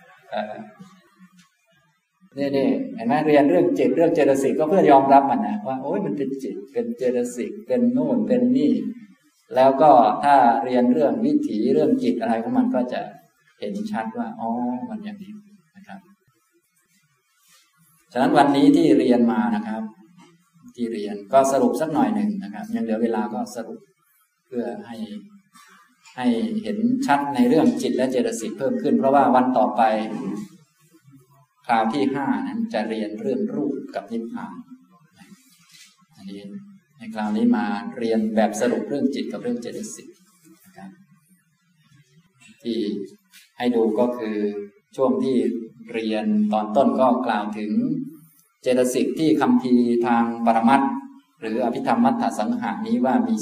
เห็นไหมเรียนเรื่องจิตเรื่องเจตสิกก็เพื่อยอมรับมันนะว่าโอ้ยมันเป็นจิตเป็นเจตสิกเป็นโน่นเป็นนี่แล้วก็ถ้าเรียนเรื่องวิถีเรื่องจิตอะไรของมันก็จะเห็นชัดว่าอ๋อมันอย่างนี้นะครับฉะนั้นวันนี้ที่เรียนมานะครับที่เรียนก็สรุปสักหน่อยหนึ่งนะครับยังเหลือเวลาก็สรุปเพื่อให้เห็นชัดในเรื่องจิตและเจตสิกเพิ่มขึ้นเพราะว่าวันต่อไปคราวที่5นั้นจะเรียนเรื่องรูปกับนิพพานอันนี้ในคราวนี้มาเรียนแบบสรุปเรื่องจิตกับเรื่องเจตสิกนะครับที่ให้ดูก็คือช่วงที่เรียนตอนต้นก็กล่าวถึงเจตสิกที่คัมภีร์ทางปรมัตถ์หรืออภิธรรมมัฏฐสังหะนี้ว่ามี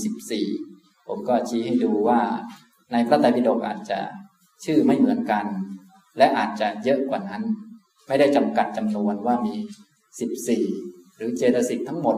14ผมก็ชี้ให้ดูว่าในพระไตรปิฎกอาจจะชื่อไม่เหมือนกันและอาจจะเยอะกว่านั้นไม่ได้จำกัดจำนวนว่ามี14หรือเจตสิกทั้งหมด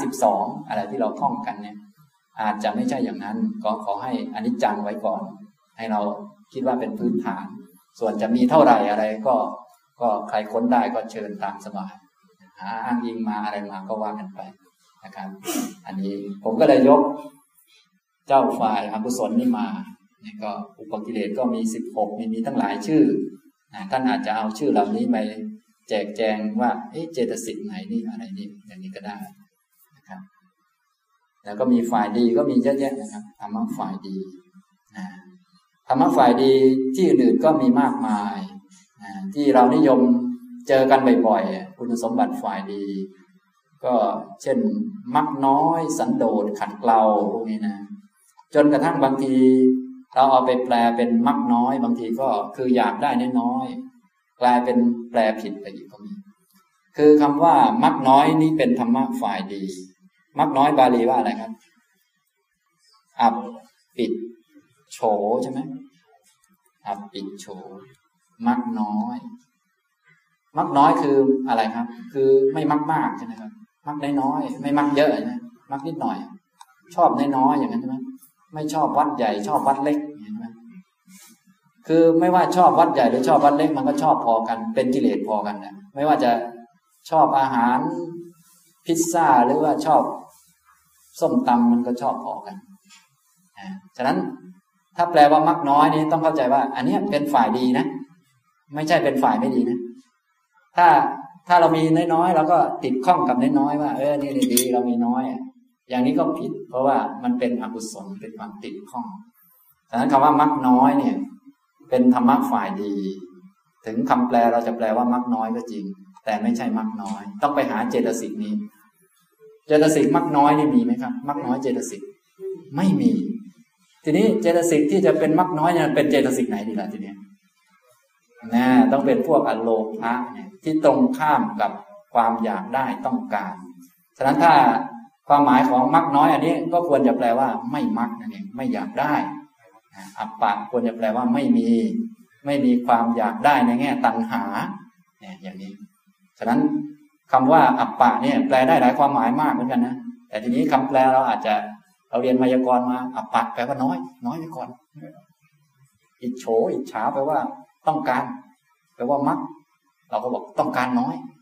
52อะไรที่เราท่องกันเนี่ยอาจจะไม่ใช่อย่างนั้นก็ขอให้อนิจจังไว้ก่อนให้เราคิดว่าเป็นพื้นฐานส่วนจะมีเท่าไหร่อะไรก็ใครค้นได้ก็เชิญตามสบายหาอ้างอิงมาอะไรมาก็ว่ากันไปนะครับอันนี้ผมก็เลยยกเจ้าฝ่ายอกุศลนี่มาเนี่ยก็อุปกิเลสก็มี16มีตั้งหลายชื่อท่านอาจจะเอาชื่อเหล่านี้ไปแจกแจงว่าเจตสิกไหนนี่อะไรนี่อย่างนี้ก็ได้นะครับแล้วก็มีฝ่ายดีก็มีเยอะแยะนะครับธรรมะฝ่ายดีธรรมะฝ่ายดีที่อื่นก็มีมากมายที่เรานิยมเจอกันบ่อยๆคุณสมบัติฝ่ายดีก็เช่นมักน้อยสันโดษขัดเกลาพวกนี้นะจนกระทั่งบางทีเราเอาไปแปลเป็นมักน้อยบางทีก็คืออยากได้น้อยๆกลายเป็นแปลผิดไปอีกก็มีคือคำว่ามักน้อยนี้เป็นธรรมะฝ่ายดีมักน้อยบาลีว่าอะไรครับอัปปิดโฉใช่ไหมอัปปิดโฉมักน้อยมักน้อยคืออะไรครับคือไม่มักมากใช่ไหมครับมักน้อยๆไม่มักเยอะนะมักนิดหน่อยชอบน้อยๆอย่างนั้นใช่ไหมไม่ชอบวัดใหญ่ชอบวัดเล็กใช่ไหมคือไม่ว่าชอบวัดใหญ่หรือชอบวัดเล็กมันก็ชอบพอกันเป็นกิเลสพอกันนะไม่ว่าจะชอบอาหารพิซซ่าหรือว่าชอบส้มตำมันก็ชอบพอกันฉะนั้นถ้าแปลว่ามักน้อยนี้ต้องเข้าใจว่าอันนี้เป็นฝ่ายดีนะไม่ใช่เป็นฝ่ายไม่ดีนะถ้าเรามีน้อยๆเราก็ติดข้องกับน้อยๆว่านี่ดีเรามีน้อยอย่างนี้ก็ผิดเพราะว่ามันเป็นอกุศลเป็นความติดข้องฉะนั้นคำว่ามักน้อยเนี่ยเป็นธรรมะฝ่ายดีถึงคำแปลเราจะแปลว่ามักน้อยก็จริงแต่ไม่ใช่มักน้อยต้องไปหาเจตสิกนี้เจตสิกมักน้อยนี่มีไหมครับมักน้อยเจตสิกไม่มีทีนี้เจตสิกที่จะเป็นมักน้อยเนี่ยเป็นเจตสิกไหนดีล่ะทีนี้ต้องเป็นพวกอโลภะเนี่ยที่ตรงข้ามกับความอยากได้ต้องการฉะนั้นถ้าความหมายของมักน้อยอันนี้ก็ควรจะแปลว่าไม่มักนั่นเองไม่อยากได้อัปปะควรจะแปลว่าไม่มีความอยากได้ในแง่ตัณหาเนี่ยอย่างนี้ฉะนั้นคำว่าอัปปะเนี่ยแปลได้หลายความหมายมากเหมือนกันนะแต่ทีนี้คำแปลเราเรียนไวยากรณ์มาอัปปะแปลว่าน้อยไปก่อนอิจโฉอิจฉาแปลว่าต้องการแปลว่ามักเราก็บอกต้องการน้อย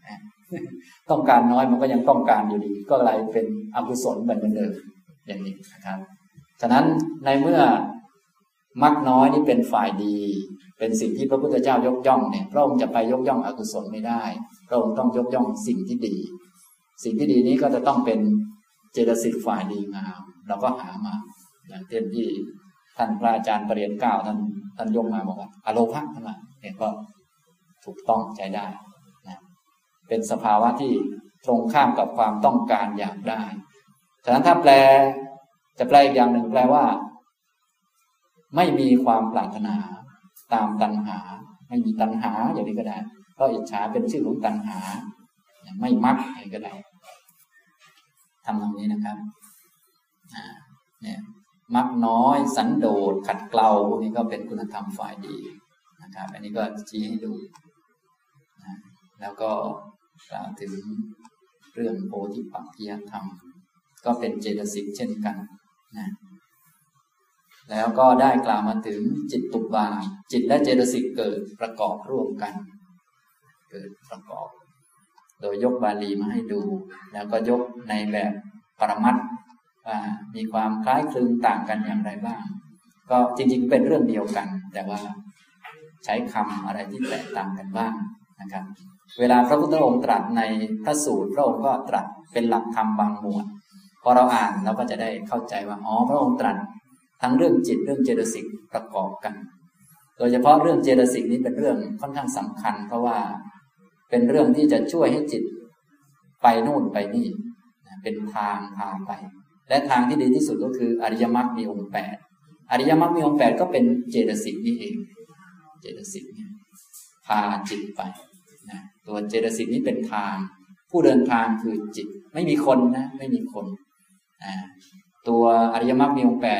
ต้องการน้อยมันก็ยังต้องการอยู่ดีก็เลยเป็นอกุศลเหมือนเดิมอย่างนี้นะครับฉะนั้นในเมื่อมรรคน้อยนี่เป็นฝ่ายดีเป็นสิ่งที่พระพุทธเจ้ายกย่องเนี่ยพระองค์จะไปยกย่องอกุศลไม่ได้พระองค์ต้องยกย่องสิ่งที่ดีสิ่งที่ดีนี้ก็จะต้องเป็นเจตสิกฝ่ายดีงามเราก็หามาอย่างเช่นที่ท่านพระอาจารย์ปรริญญาเก้าท่านยกมาบอกว่าอโลภะทั้งหลายเนี่ยก็ถูกต้องใช้ได้นะเป็นสภาวะที่ตรงข้ามกับความต้องการอยากได้ฉะนั้นถ้าจะแปลอีกอย่างหนึ่งแปลว่าไม่มีความปรารถนาตามตัณหาไม่มีตัณหาอย่างนี้ก็ได้เพราะอิจฉาเป็นชื่อของตัณหาไม่มักอะไรก็ได้ทำตรงนี้นะครับเนี่ยมักน้อยสันโดษขัดเกลาพวกนี้ก็เป็นคุณธรรมฝ่ายดีนะครับอันนี้ก็ชี้ให้ดูนะแล้วก็กล่าวถึงเรื่องโพธิปักขิยธรรมก็เป็นเจตสิกเช่นกันนะแล้วก็ได้กล่าวมาถึงจิตตุบาทจิตและเจตสิกเกิดประกอบร่วมกันเกิดประกอบโดยยกบาลีมาให้ดูแล้วก็ยกในแบบปรมัตถ์ว่ามีความคล้ายคลึงต่างกันอย่างไรบ้างก็จริงๆเป็นเรื่องเดียวกันแต่ว่าใช้คำอะไรที่แตกต่างกันบ้างนะครับเวลาพระพุทธองค์ตรัสในพระสูตรพระองค์ก็ตรัสเป็นหลักธรรมบางหมวดพอเราอ่านเราก็จะได้เข้าใจว่าอ๋อพระองค์ตรัสทั้งเรื่องจิตเรื่องเจตสิกประกอบกันโดยเฉพาะเรื่องเจตสิกนี้เป็นเรื่องค่อนข้างสำคัญเพราะว่าเป็นเรื่องที่จะช่วยให้จิตไปโน่นไปนี่เป็นทางพาไปและทางที่ดีที่สุดก็คืออริยมรรคมีองค์8อริยมรรคมีองค์8ก็เป็นเจตสิกนี่เองเจตสิกเนี่ยพาจิตไปนะตัวเจตสิกนี้เป็นทางผู้เดินทางคือจิตไม่มีคนนะไม่มีคนตัวอริยมรรคมีองค์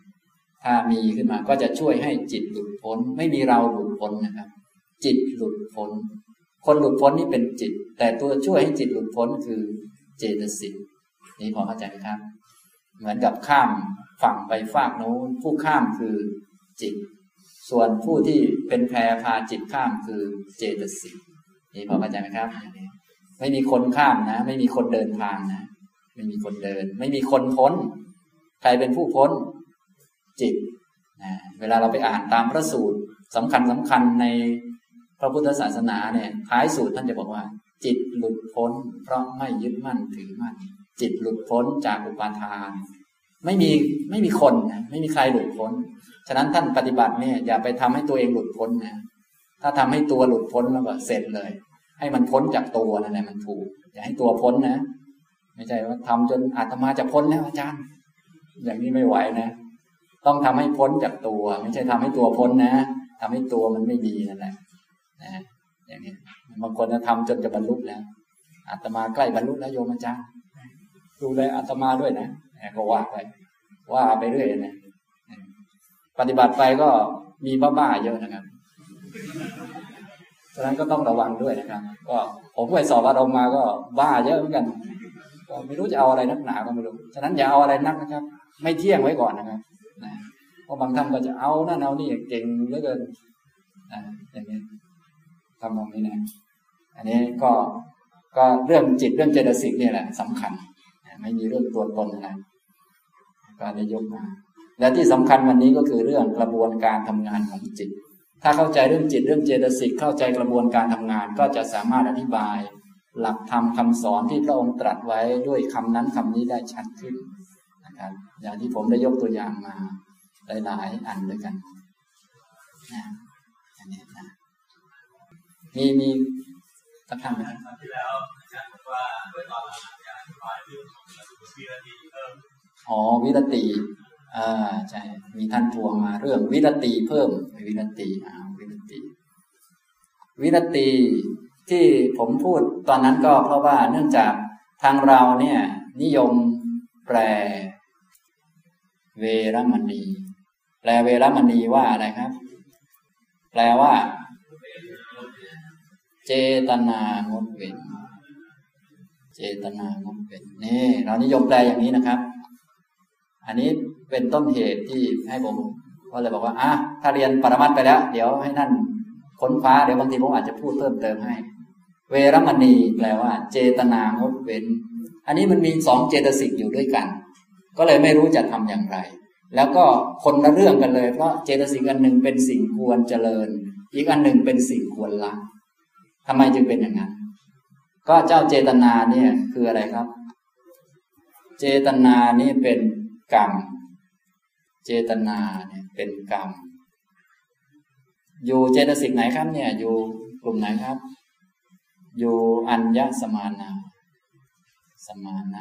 8ถ้ามีขึ้นมาก็จะช่วยให้จิตหลุดพ้นไม่มีเราหลุดพ้นนะครับจิตหลุดพ้นคนหลุดพ้นนี่เป็นจิตแต่ตัวช่วยให้จิตหลุดพ้นคือเจตสิกนี่พอเข้าใจไหมครับเหมือนกับข้ามฝั่งไปฝากโน้นผู้ข้ามคือจิตส่วนผู้ที่เป็นแพพาจิตข้ามคือเจตสิกนี่พอเข้าใจไหมครับอย่างนี้ไม่มีคนข้ามนะไม่มีคนเดินทางนะไม่มีคนเดินไม่มีคนพ้นใครเป็นผู้พ้นจิตนะเวลาเราไปอ่านตามพระสูตรสำคัญในพระพุทธศาสนาเนี่ยท้ายสูตรท่านจะบอกว่าจิตหลุดพ้นเพราะไม่ยึดมั่นถือมั่นจิตหลุดพ้นจากอุปาทานไม่มีคนนะไม่มีใครหลุดพ้นฉะนั้นท่านปฏิบัติเนี่ยอย่าไปทำให้ตัวเองหลุดพ้นนะถ้าทำให้ตัวหลุดพ้นแล้วก็เสร็จเลยให้มันพ้นจากตัวนั่นแหละมันถูกอย่าให้ตัวพ้นนะไม่ใช่ว่าทำจนอาตมาจะพ้นแล้วอาจารย์อย่างนี้ไม่ไหวนะต้องทำให้พ้นจากตัวไม่ใช่ทำให้ตัวพ้นนะทำให้ตัวมันไม่ดีนั่นแหละนะอย่างนี้บางคนจะทำจนจะบรรลุแล้วอาตมาใกล้บรรลุแล้วโยมอาจารย์ดูแลอาตมาด้วยนะก็ว่าไปเรื่อยนะปฏิบัติไปก็มีบ้าๆเยอะนะครับฉะนั้นก็ต้องระวังด้วยนะครับก็ผมไปสอบอารมณ์มาก็บ้าเยอะเหมือนกันก็ไม่รู้จะเอาอะไรนักหนาก็ไม่รู้ฉะนั้นอย่าเอาอะไรนักนะครับไม่เที่ยงไว้ก่อนนะครับเพราะบางท่านก็จะเอานั่นเอานี่เก่งเหลือเกินอย่างนี้ทำตรงนี้นะอันนี้ก็เรื่องจิตเรื่องเจตสิกเนี่ยแหละสำคัญไม่มีเรื่องตัวตนนะก็ได้ยกมาและที่สำคัญวันนี้ก็คือเรื่องกระบวนการทำงานของจิตถ้าเข้าใจเรื่องจิตเรื่องเจตสิกเข้าใจกระบวนการทำงานก็จะสามารถอธิบายหลักธรรมคำสอนที่พระองค์ตรัสไว้ด้วยคำนั้นคำนี้ได้ชัดขึ้นนะครับอย่างที่ผมได้ยกตัวอย่างมาหลายๆอันด้วยกันนะอันนี้นะมีสักคำไหมครับที่แล้วอาจารย์บอกว่าเมื่อตอนอาจารย์อธิบายเรื่องของวิรติเพิ่มวิรติใช่มีท่านทวงมาเรื่องวิรติเพิ่มวิรติวิรติที่ผมพูดตอนนั้นก็เพราะว่าเนื่องจากทางเราเนี่ยนิยมแปลเวรมณีแปลเวรมณีว่าอะไรครับแปลว่าเจตนางดเว้นเจตนางดเว้นนี่เรานิยมแปลอย่างนี้นะครับอันนี้เป็นต้นเหตุที่ให้ผมก็เลยบอกว่าถ้าเรียนปรมัตถ์ไปแล้วเดี๋ยวให้นั่นค้นฟ้าเดี๋ยวบางทีผมอาจจะพูดเพิ่มเติมให้เวรมณีแปลว่าเจตนางดเว้นอันนี้มันมี2เจตสิกอยู่ด้วยกันก็เลยไม่รู้จะทำอย่างไรแล้วก็คนละเรื่องกันเลยเพราะเจตสิกอันหนึ่งเป็นสิ่งควรเจริญอีกอันหนึ่งเป็นสิ่งควรละทำไมจึงเป็นอย่างนั้นก็เจ้าเจตนาเนี่ยคืออะไรครับเจตนานี่เป็นกรรมเจตนาเนี่ยเป็นกรรมอยู่เจตสิกไหนครับเนี่ยอยู่กลุ่มไหนครับอยู่อัญญสมานาสมานะ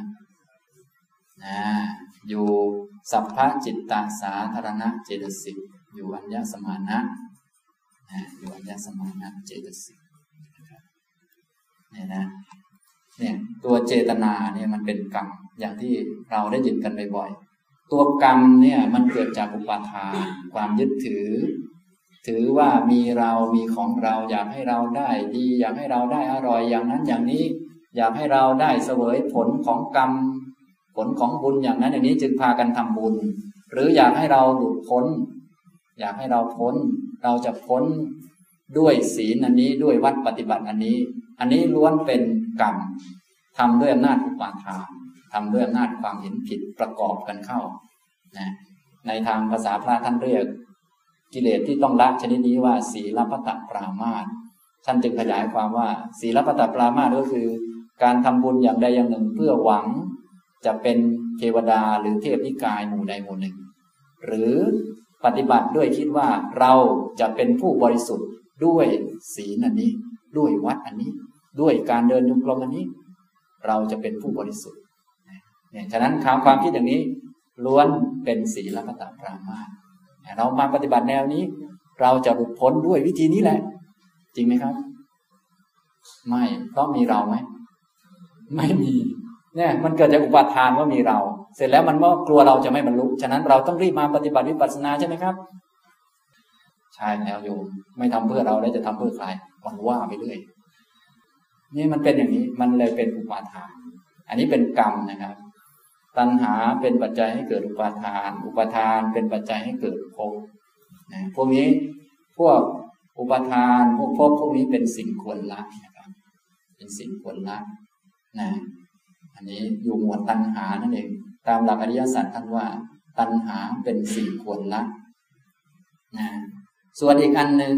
อยู่สัพพจิตตสาธารณะเจตสิกอยู่อัญญสมานะอยู่อัญญสมานะเจตสิกเนี่ยนะเนี่ยตัวเจตนาเนี่ยมันเป็นกรรมอย่างที่เราได้ยินกันบ่อยๆตัวกรรมเนี่ยมันเกิดจากอุปาทานความยึดถือว่ามีเรามีของเราอยากให้เราได้ดีอยากให้เราได้อร่อยอย่างนั้นอย่างนี้อยากให้เราได้เสวยผลของกรรมผลของบุญอย่างนั้นอย่างนี้จึงพากันทำบุญหรืออยากให้เราหลุดพ้นอยากให้เราพ้นเราจะพ้นด้วยศีลอันนี้ด้วยวัดปฏิบัติอันนี้ล้วนเป็นกรรมทำด้วยอำนาจอุปาทานทำด้วยอำนาจความเห็นผิดประกอบกันเข้านะในทางภาษาพระท่านเรียกกิเลสที่ต้องละชนิดนี้ว่าศีลปตปรามาสท่านจึงขยายความว่าศีลปตปรามาสก็คือการทำบุญอย่างใดอย่างหนึ่งเพื่อหวังจะเป็นเทวดาหรือเทพนิกายหมู่ใดหมู่หนึ่งหรือปฏิบัติด้วยคิดว่าเราจะเป็นผู้บริสุทธิ์ด้วยศีลอันนี้ด้วยวัดอันนี้ด้วยการเดินจงกรมอันนี้เราจะเป็นผู้บริสุทธิ์เนี่ยฉะนั้นความคิดอย่างนี้ล้วนเป็นศีลปตปรามาสเรามาปฏิบัติแนวนี้เราจะหลุดพ้นด้วยวิธีนี้แหละจริงไหมครับไม่เพราะมีเราไหมไม่มีเนี่ยมันเกิดจากอุปาทานว่ามีเราเสร็จแล้วมันก็กลัวเราจะไม่บรรลุฉะนั้นเราต้องรีบมาปฏิบัติวิปัสสนาใช่ไหมครับใช่แล้วโยมไม่ทำเพื่อเราแล้วจะทำเพื่อใครมันว่าไปเรื่อยนี่มันเป็นอย่างนี้มันเลยเป็นอุปาทานอันนี้เป็นกรรมนะครับตัณหาเป็นปัจจัยให้เกิดอุปาทานอุปาทานเป็นปัจจัยให้เกิดภพนะพวกนี้พวกอุปาทานพวกภพพวกนี้เป็นสิ่งควรละนะครับเป็นสิ่งควรละนะอันนี้อยู่หมวดตัณหานั่นเองตามหลักอริยสัจท่านว่าตัณหาเป็นสิ่งควรละนะส่วนอีกอันหนึ่ง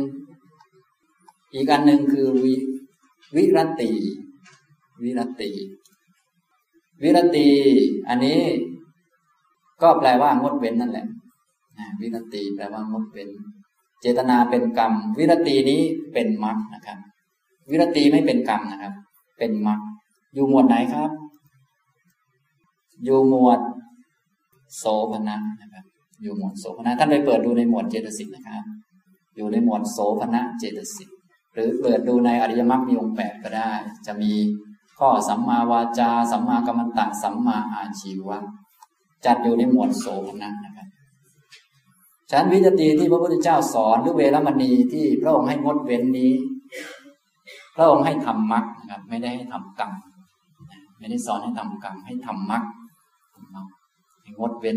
คือวิรติวิรติอันนี้ก็แปลว่างดเว้นนั่นแหละวิรติแปลว่างดเว้นเจตนาเป็นกรรมวิรตินี้เป็นมรรคนะครับวิรติไม่เป็นกรรมนะครับเป็นมรรคอยู่หมวดไหนครับอยู่หมวดโสภณะนะครับอยู่หมวดโสภณะท่านไปเปิดดูในหมวดเจตสิกนะครับอยู่ในหมวดโสภณะเจตสิกหรือเปิดดูในอริยมรรคมีองค์8ก็ได้จะมีข้อสัมมาวาจาสัมมากัมมันตะสัมมาอาชีวะจัดอยู่ในหมวดโสภณะนะครับฉะนั้นวิจติที่พระพุทธเจ้าสอนหรือเวรมณีที่พระองค์ให้งดเว้นนี้พระองค์ให้ทำมรรคนะครับไม่ได้ให้ทำกรรมไม่ได้สอนให้ทำกรรมให้ทำมรรคให้งดเว้น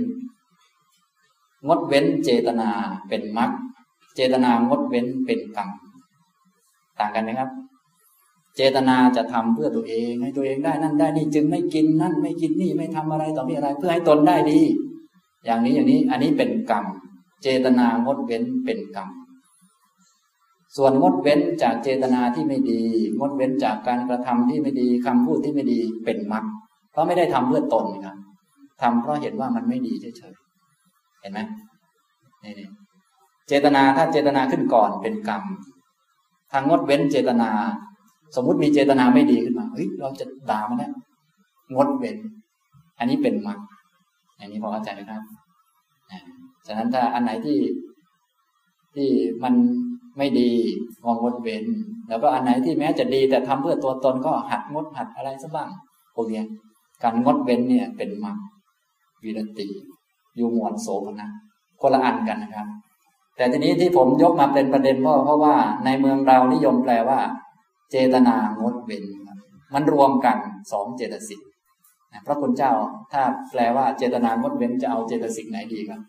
เจตนาเป็นมรรคเจตนางดเว้นเป็นกรรมต่างกันไหมครับเจตนาจะทำเพื่อตัวเองให้ตัวเองได้นั่นได้นี่จึงไม่กินนั่นไม่กินนี่ไม่ทำอะไรต่อมีอะไรเพื่อให้ตนได้ดีอย่างนี้อันนี้เป็นกรรมเจตนางดเว้นเป็นกรรมส่วนงดเว้นจากเจตนาที่ไม่ดีงดเว้นจากการกระทำที่ไม่ดีคำพูดที่ไม่ดีเป็นมรรคเพราะไม่ได้ทำเพื่อตนครับทำเพราะเห็นว่ามันไม่ดีเฉยๆเห็นไหมนี่เจตนาถ้าเจตนาขึ้นก่อนเป็นกรรมทางงดเว้นเจตนาสมมุติมีเจตนาไม่ดีขึ้นมาเราจะด่ามันนะงดเว้นอันนี้เป็นมรรคอันนี้พอเข้าใจไหมครับฉะนั้นถ้าอันไหนที่มันไม่ดีงดเว้นแล้วก็อันไหนที่แม้จะดีแต่ทำเพื่อตัวตนก็หัดงดหัดอะไรสักบ้างพวกนี้การงดเว้นเนี่ยเป็นมรรควิรติอยู่หมวดโสภณะคนละอันกันนะครับแต่ทีนี้ที่ผมยกมาเป็นประเด็นเพราะว่าในเมืองเรานิยมแปลว่าเจตนางดเว้นมันรวมกัน2เจตสิกพระคุณเจ้าถ้าแปลว่าเจตนางดเว้นจะเอาเจตสิกไหนดีครับ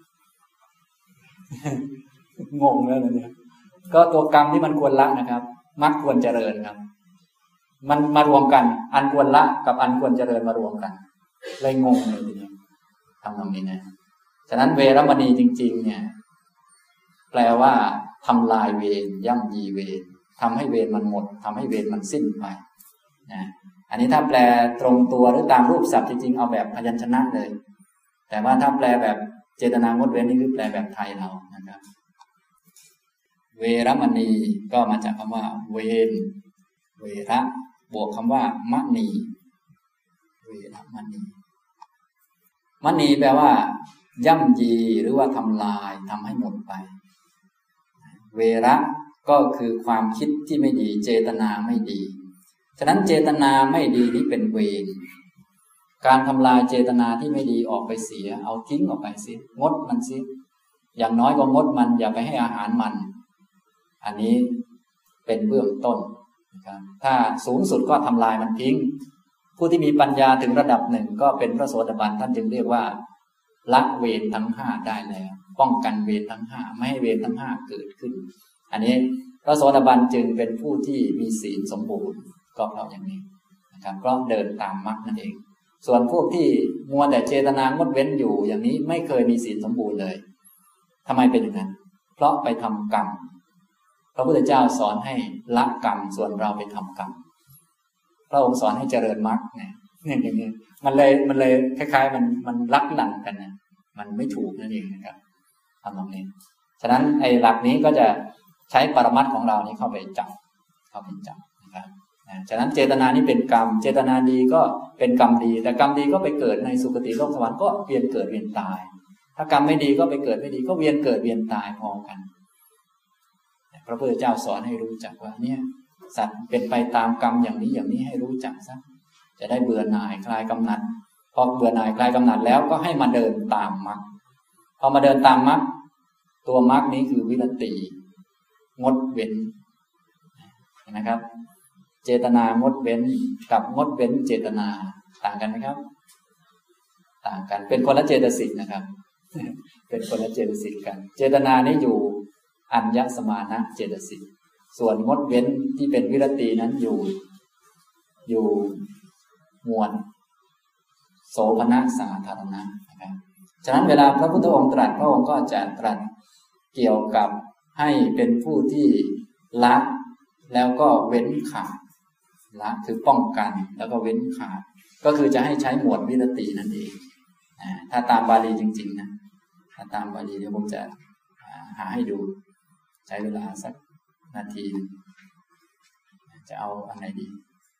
งงแล้วเนี่ยก็ตัวกรรมที่มันควรละนะครับมรรคควรเจริญครับมันมารวมกันอันควรละกับอันควรเจริญมารวมกันเลยงงเลยทีนี้ทำตรงนี้นะฉะนั้นเวรมณีจริงๆเนี่ยแปลว่าทำลายเวรย่ำยีเวรทำให้เวรมันหมดทำให้เวรมันสิ้นไปนะอันนี้ถ้าแปลตรงตัวหรือตามรูปศัพท์จริงๆเอาแบบพยัญชนะเลยแต่ว่าถ้าแปลแบบเจตนางดเว้นนี่คือแปลแบบไทยเรานะครับเวรมณีก็มาจากคำว่าเวรเวระบวกคำว่ามณีเวรมณีมณีแปลว่าย่ำยีหรือว่าทำลายทำให้หมดไปเวระก็คือความคิดที่ไม่ดีเจตนาไม่ดีฉะนั้นเจตนาไม่ดีนี้เป็นเวรการทำลายเจตนาที่ไม่ดีออกไปเสียเอาทิ้งออกไปสิงดมันสิอย่างน้อยก็งดมันอย่าไปให้อาหารมันอันนี้เป็นเบื้องต้นนะครับถ้าสูงสุดก็ทำลายมันทิ้งผู้ที่มีปัญญาถึงระดับหนึ่งก็เป็นพระโสดาบันท่านจึงเรียกว่าละเวรทั้งห้าได้แล้วป้องกันเวรทั้งห้าไม่ให้เวรทั้งห้าเกิดขึ้นอันนี้พระโสดาบันจึงเป็นผู้ที่มีศีลสมบูรณ์ก็เพราะอย่างนี้นะครับก็เดินตามมรรคนั่นเองส่วนพวกที่มัวแต่เจตนางดเว้นอยู่อย่างนี้ไม่เคยมีศีลสมบูรณ์เลยทำไมเป็นอย่างนั้นเพราะไปทำกรรมพระพุทธเจ้าสอนให้ละกรรมส่วนเราไปทำกรรมพระองค์สอนให้เจริญมรรคเนี่ยอย่างนี้มันเลยคล้ายๆมันลักหลั่นกันนะมันไม่ถูกนั่นเองนะครับทำตรงนี้ฉะนั้นไอ้หลักนี้ก็จะใช้ปรมัตถ์ของเรานี้เข้าไปจับนะครับฉะนั้นเจตนานี้เป็นกรรมเจตนาดีก็เป็นกรรมดีแต่กรรมดีก็ไปเกิดในสุคติโลกสวรรค์ก็เวียนเกิดเวียนตายถ้ากรรมไม่ดีก็ไปเกิดไม่ดีก็เวียนเกิดเวียนตายพอกันพระพุทธเจ้าสอนให้รู้จักว่าเนี่ยสัตว์เป็นไปตามกรรมอย่างนี้ให้รู้จักซะจะได้เบื่อหน่ายคลายกำหนัดพอเบื่อหน่ายคลายกำหนัดแล้วก็ให้มาเดินตามมรรคพอมาเดินตามมรรคตัวมรรคนี้คือวิรติงดเว้นนะครับเจตนางดเว้นกับงดเว้นเจตนาต่างกันไหมครับต่างกันเป็นคนละเจตสิกนะครับเป็นคนละเจตสิกกันเจตนานี้อยู่อัญญสมานะเจตสิกส่วนงดเว้นที่เป็นวิรตินั้นอยู่มวลโสภณสาธารณะนะครับฉะนั้นเวลาพระพุทธองค์ตรัสพระองค์ก็จะตรัสเกี่ยวกับให้เป็นผู้ที่ละแล้วก็เว้นขาดละคือป้องกันแล้วก็เว้นขาดก็คือจะให้ใช้หมวดวิรตินั่นเองถ้าตามบาลีจริงๆนะถ้าตามบาลีเดี๋ยวผมจะหาให้ดูใช้เวลาสักนาทีจะเอาอันไหนดี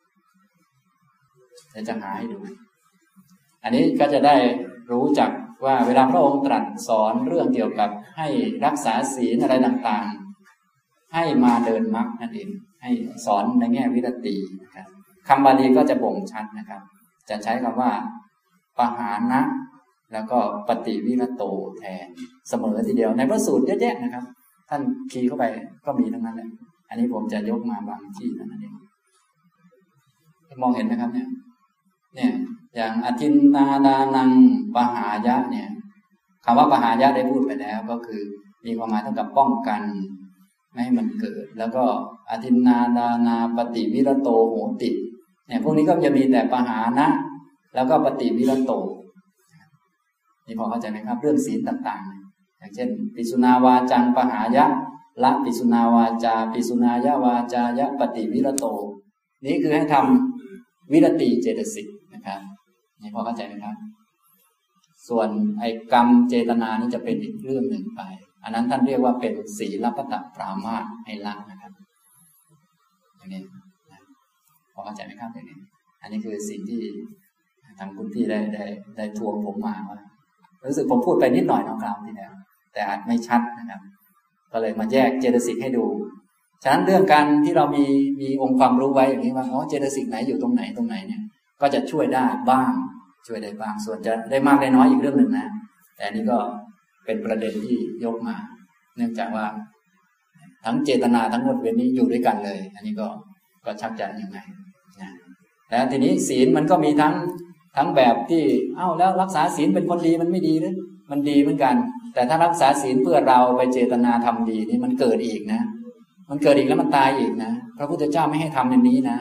จะหาให้ดูอันนี้ก็จะได้รู้จักว่าเวลาพระองค์ตรัสสอนเรื่องเกี่ยวกับให้รักษาศีลอะไรต่างๆให้มาเดินมรรคนั่นเองให้สอนในแง่วิรตินะครับคำบาลีก็จะบ่งชัดนะครับจะใช้คำว่าปหานะแล้วก็ปฏิวิรโตแทนเสมอทีเดียวในพระสูตรเยอะแยะนะครับท่านคีย์เข้าไปก็มีทั้งนั้นแหละอันนี้ผมจะยกมาบางที่นั่นเองมองเห็นไหมครับเนี่ยอย่างอทินนาดานังปหายะเนี่ยคำว่าปหายะได้พูดไปแล้วก็คือมีความหมายเท่ากับป้องกันไม่ให้มันเกิดแล้วก็อทินนาดานาปฏิวิรโตโหติเนี่ยพวกนี้ก็จะมีแต่ปหานะแล้วก็ปฏิวิรโตนี่พอเข้าใจไหมครับเรื่องศีลต่างๆอย่างเช่นปิสุนาวาจังปหายะละปิสุนาวาจาปิสุนายะวาจายะปฏิวิรโตนี้คือให้ทำวิรติเจตสิกนะครับนี่พอเข้าใจไหมครับส่วนไอ้กรรมเจตนานี่จะเป็นอีกเรื่องหนึ่งไปอันนั้นท่านเรียกว่าเป็นศีลปตปรามาสให้ละนะครับอย่างนี้พอเข้าใจไหมครับอย่างนี้อันนี้คือสิ่งที่ทางคุณพี่ได้ทวงผมมาว่ารู้สึกผมพูดไปนิดหน่อยนะครับที่แล้วแต่อาจไม่ชัดนะครับก็เลยมาแยกเจตสิกให้ดูฉะนั้นเรื่องการที่เรามีองค์ความรู้ไว้อย่างนี้ว่าเจตสิกไหนอยู่ตรงไหนเนี่ยก็จะช่วยได้บ้างส่วนจะได้มากได้น้อยอีกเรื่องหนึ่งนะแต่นี่ก็เป็นประเด็นที่ยกมาเนื่องจากว่าทั้งเจตนาทั้งงดเว้นนี้อยู่ด้วยกันเลยอันนี้ก็ชักจะยังไงนะแต่ทีนี้ศีลมันก็มีทั้งแบบที่แล้วรักษาศีลเป็นคนดีมันไม่ดีหรือมันดีเหมือนกันแต่ถ้ารักษาศีลเพื่อเราไปเจตนาทำดีนี่มันเกิดอีกนะมันเกิดอีกแล้วมันตายอีกนะพระพุทธเจ้าไม่ให้ทำอย่างนี้นะ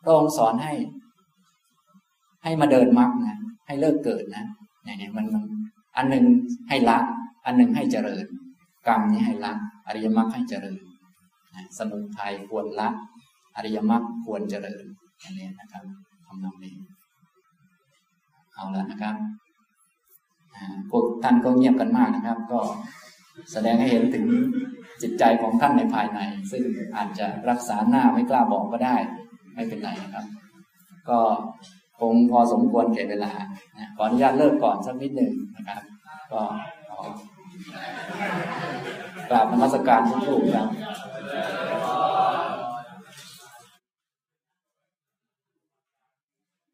พระองค์สอนให้มาเดินมรรคนะให้เลิกเกิดนะเนี่ยมันอันหนึ่งให้ละอันหนึ่งให้เจริญกรรมนี้ให้ละอริยมรรคให้เจริญสมุทัยควรละอริยมรรคควรเจริญอันนี้นะครับทำนองนี้เอาละนะครับพวกท่านก็เงียบกันมากนะครับก็แสดงให้เห็นถึงจิตใจของท่านในภายในซึ่งอาจจะรักษาหน้าไม่กล้าบอกก็ได้ไม่เป็นไรนะครับก็คงพอสมควรแก่เวลาขออนุญาตเลิกก่อนสักนิดหนึ่งนะครับก็กราบนมัสการทุกท่านครับ